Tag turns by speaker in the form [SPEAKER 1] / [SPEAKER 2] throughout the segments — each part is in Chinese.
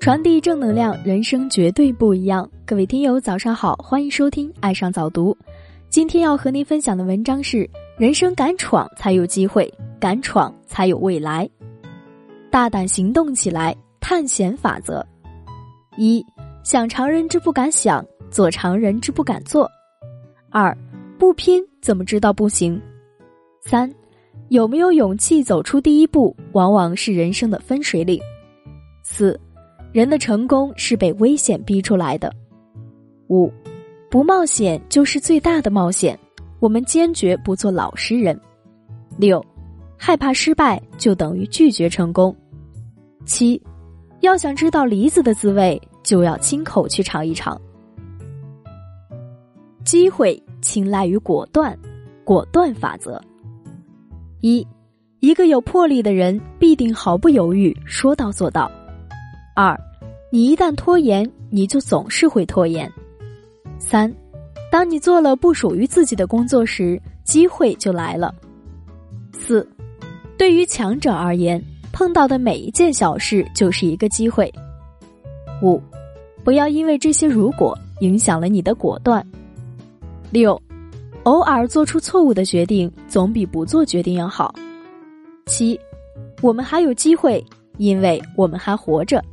[SPEAKER 1] 传递正能量，人生绝对不一样。各位听友早上好，欢迎收听爱上早读。今天要和您分享的文章是：人生敢闯才有机会，敢闯才有未来。大胆行动起来，探险法则。一、想常人之不敢想，做常人之不敢做。二、不拼怎么知道不行？三、有没有勇气走出第一步，往往是人生的分水岭。四、人的成功是被危险逼出来的。五、不冒险就是最大的冒险，我们坚决不做老实人。六、害怕失败就等于拒绝成功。七、要想知道梨子的滋味，就要亲口去尝一尝。机会青睐于果断，果断法则。一个有魄力的人必定毫不犹豫，说到做到。二、你一旦拖延，你就总是会拖延。三、当你做了不属于自己的工作时，机会就来了。四、对于强者而言，碰到的每一件小事就是一个机会。五、不要因为这些如果影响了你的果断。六、偶尔做出错误的决定，总比不做决定要好。七、我们还有机会，因为我们还活着。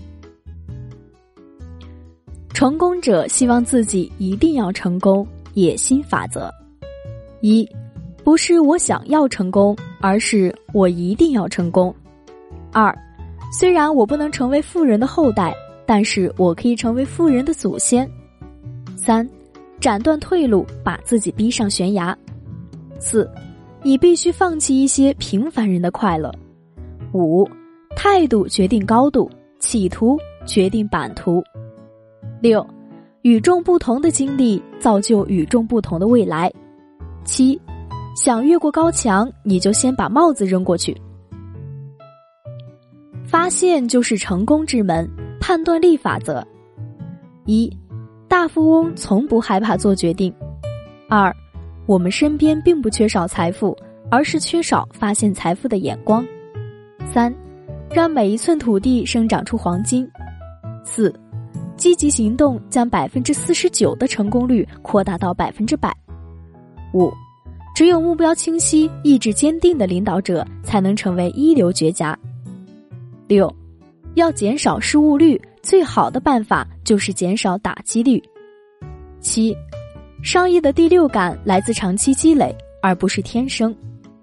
[SPEAKER 1] 成功者希望自己一定要成功，野心法则。一、不是我想要成功，而是我一定要成功。二、虽然我不能成为富人的后代，但是我可以成为富人的祖先。三、斩断退路，把自己逼上悬崖。四、你必须放弃一些平凡人的快乐。五、态度决定高度，企图决定版图。六、与众不同的经历造就与众不同的未来。七、想越过高墙，你就先把帽子扔过去。发现就是成功之门，判断力法则。一、大富翁从不害怕做决定。二、我们身边并不缺少财富，而是缺少发现财富的眼光。三、让每一寸土地生长出黄金。四、积极行动将49%的成功率扩大到100%。五、只有目标清晰、意志坚定的领导者才能成为一流绝佳。六、要减少失误率，最好的办法就是减少打击率。七、商业的第六感来自长期积累，而不是天生。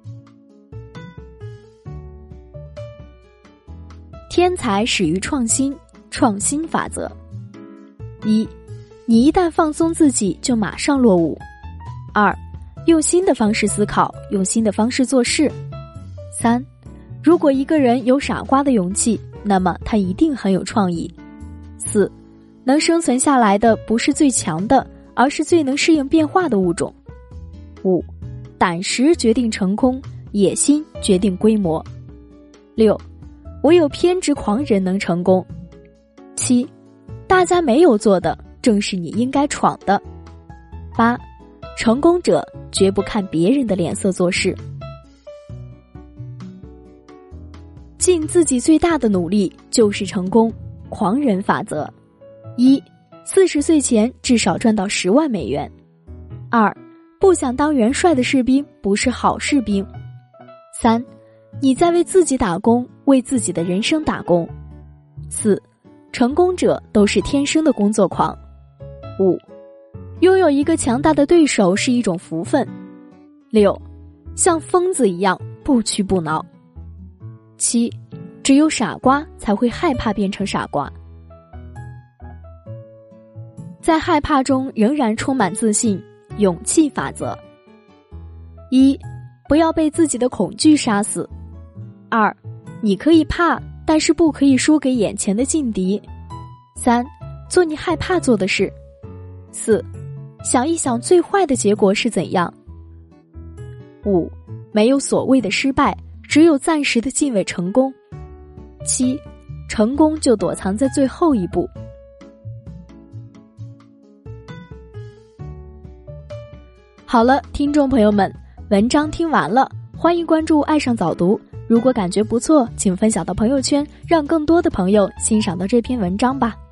[SPEAKER 1] 天才始于创新，创新法则。一、你一旦放松自己，就马上落伍。二、用新的方式思考，用新的方式做事。三、如果一个人有傻瓜的勇气，那么他一定很有创意。四、能生存下来的不是最强的，而是最能适应变化的物种。五、胆识决定成功，野心决定规模。六、唯有偏执狂人能成功。七、大家没有做的，正是你应该闯的。八、成功者绝不看别人的脸色做事。尽自己最大的努力就是成功，狂人法则。一、40岁前至少赚到10万美元。二、不想当元帅的士兵不是好士兵。三、你在为自己打工，为自己的人生打工。四、成功者都是天生的工作狂。五、拥有一个强大的对手是一种福分。六、像疯子一样不屈不挠。七、只有傻瓜才会害怕变成傻瓜。在害怕中仍然充满自信，勇气法则。一、不要被自己的恐惧杀死。二、你可以怕，但是不可以输给眼前的劲敌。三、做你害怕做的事。四、想一想最坏的结果是怎样。五、没有所谓的失败，只有暂时的敬畏成功。七、成功就躲藏在最后一步。好了，听众朋友们，文章听完了，欢迎关注爱上早读。 如果感觉不错，请分享到朋友圈，让更多的朋友欣赏到这篇文章吧。